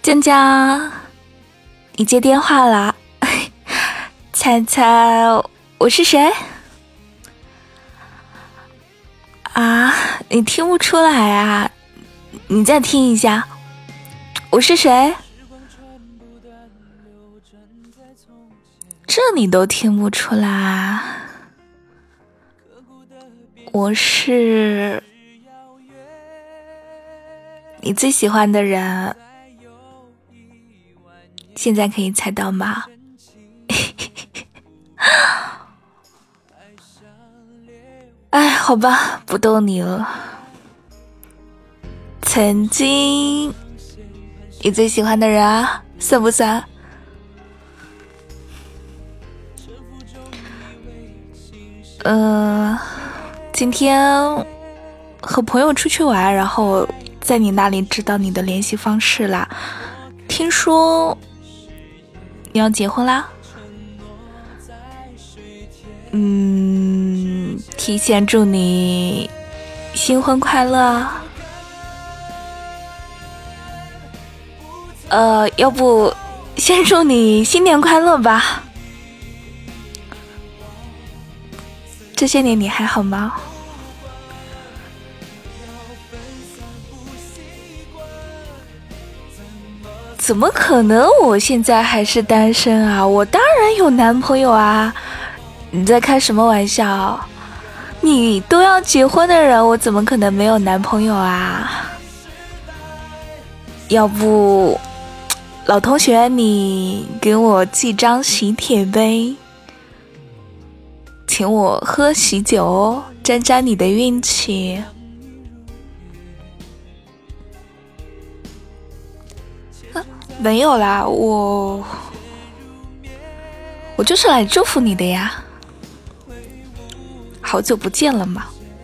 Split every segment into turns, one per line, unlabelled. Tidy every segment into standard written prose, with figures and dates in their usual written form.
江江，你接电话了？猜猜我是谁？啊，你听不出来啊？你再听一下，我是谁？这你都听不出来？我是你最喜欢的人，现在可以猜到吗？哎，好吧，不逗你了。曾经你最喜欢的人啊，算不算？今天和朋友出去玩，然后在你那里知道你的联系方式啦。听说你要结婚啦？提前祝你新婚快乐。要不先祝你新年快乐吧。这些年你还好吗？怎么可能我现在还是单身啊？我当然有男朋友啊！你在开什么玩笑？你都要结婚的人，我怎么可能没有男朋友啊？要不老同学你给我寄张喜帖呗，请我喝喜酒，沾沾你的运气。没有啦，我就是来祝福你的呀，好久不见了嘛。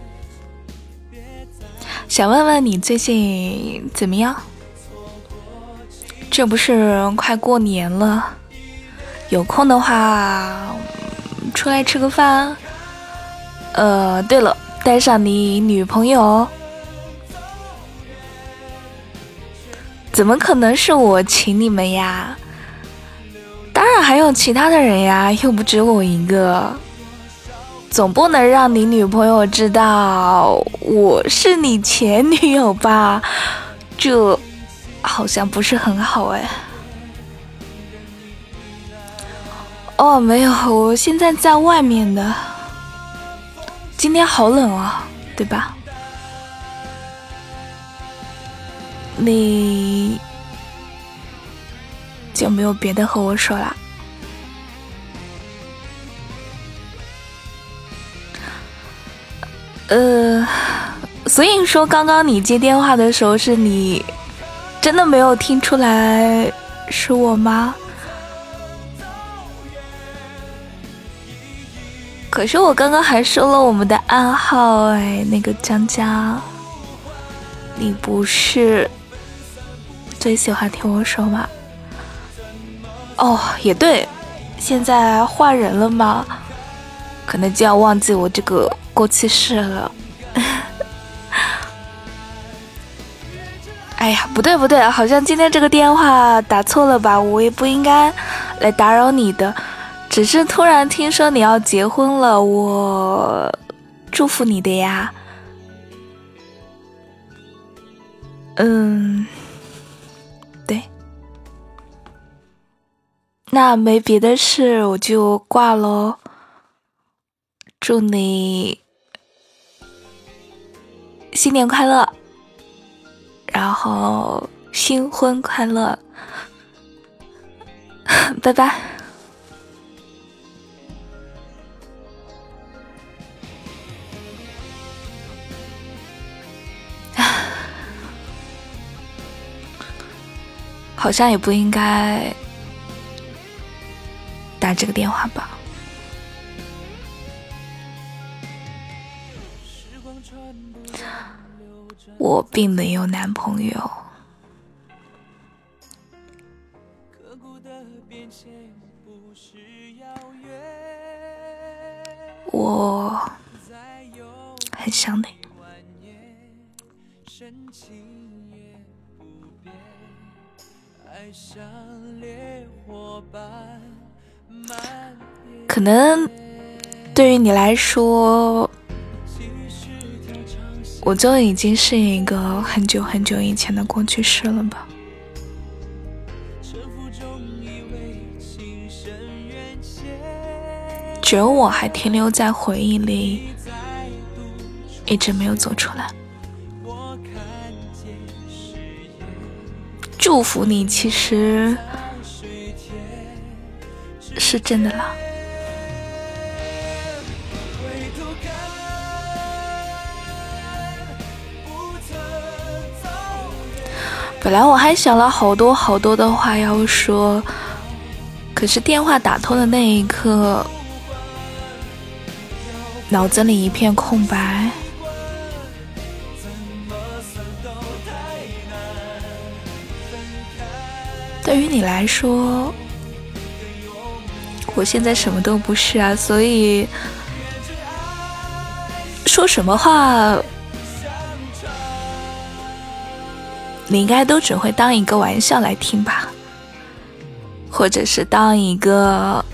想问问你最近怎么样？这不是快过年了，有空的话出来吃个饭。对了，带上你女朋友。怎么可能是我请你们呀？当然还有其他的人呀，又不止我一个。总不能让你女朋友知道我是你前女友吧？这好像不是很好哎。哦，没有，我现在在外面的。今天好冷啊，对吧？你就没有别的和我说啦？所以说刚刚你接电话的时候，是你真的没有听出来是我吗？可是我刚刚还说了我们的暗号哎，那个江江，你不是最喜欢听我说吗？哦，也对，现在换人了吗？可能就要忘记我这个过去式了。哎呀，不对，好像今天这个电话打错了吧？我也不应该来打扰你的，只是突然听说你要结婚了，我祝福你的呀。对，那没别的事，我就挂咯。祝你新年快乐，然后新婚快乐，拜拜。好像也不应该打这个电话吧。我并没有男朋友。我很想你。 可能对于你来说，我就已经是一个很久很久以前的过去式了吧。只有我还停留在回忆里，一直没有走出来。祝福你其实是真的啦。本来我还想了好多好多的话要说，可是电话打通的那一刻，脑子里一片空白。对于你来说，我现在什么都不是啊，所以说什么话你应该都只会当一个玩笑来听吧，或者是当一个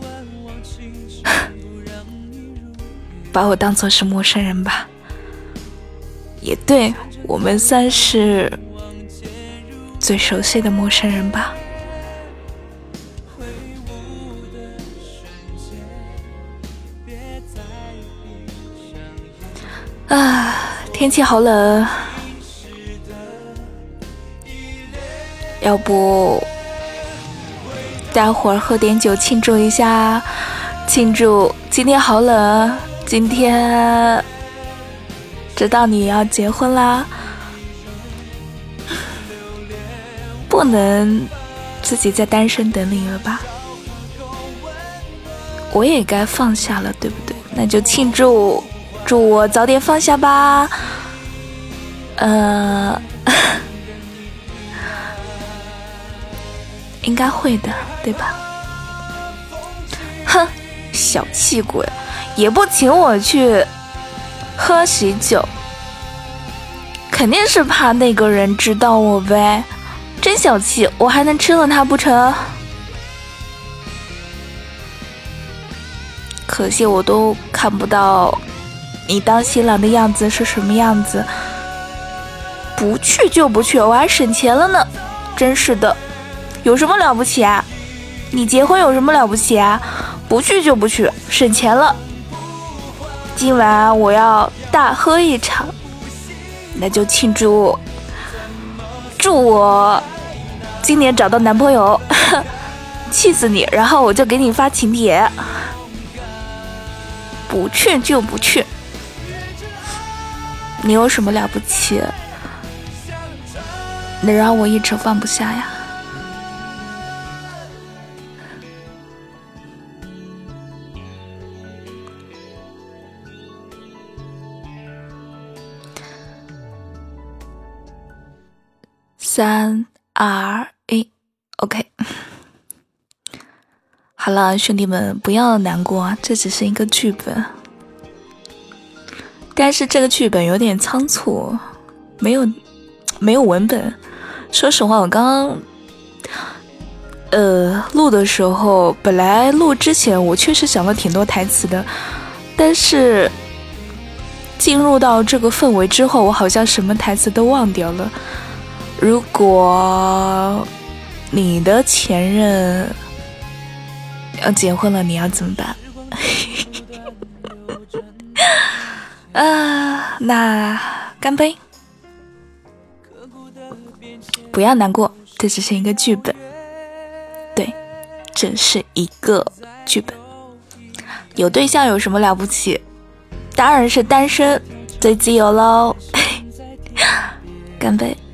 把我当作是陌生人吧。也对，我们算是最熟悉的陌生人吧。啊，天气好冷，要不待会儿喝点酒庆祝一下，庆祝今天好冷，今天知道你要结婚啦，不能自己在单身等你了吧？我也该放下了，对不对？那就庆祝，祝我早点放下吧。应该会的，对吧？哼，小气鬼，也不请我去喝喜酒，肯定是怕那个人知道我呗。真小气，我还能吃了他不成？可惜我都看不到你当新郎的样子是什么样子。不去就不去，我还省钱了呢，真是的。有什么了不起啊？你结婚有什么了不起啊？不去就不去，省钱了。今晚我要大喝一场，那就庆祝，祝我今年找到男朋友，气死你！然后我就给你发请帖。不去就不去，你有什么了不起？能让我一直放不下呀？3、2、1 OK。 好了，兄弟们不要难过，这只是一个剧本，但是这个剧本有点仓促，没有文本。说实话，我刚录的时候，本来录之前我确实想了挺多台词的，但是进入到这个氛围之后，我好像什么台词都忘掉了。如果你的前任要结婚了，你要怎么办？那干杯！不要难过，这只是一个剧本。对，这是一个剧本。有对象有什么了不起？当然是单身最自由喽！干杯！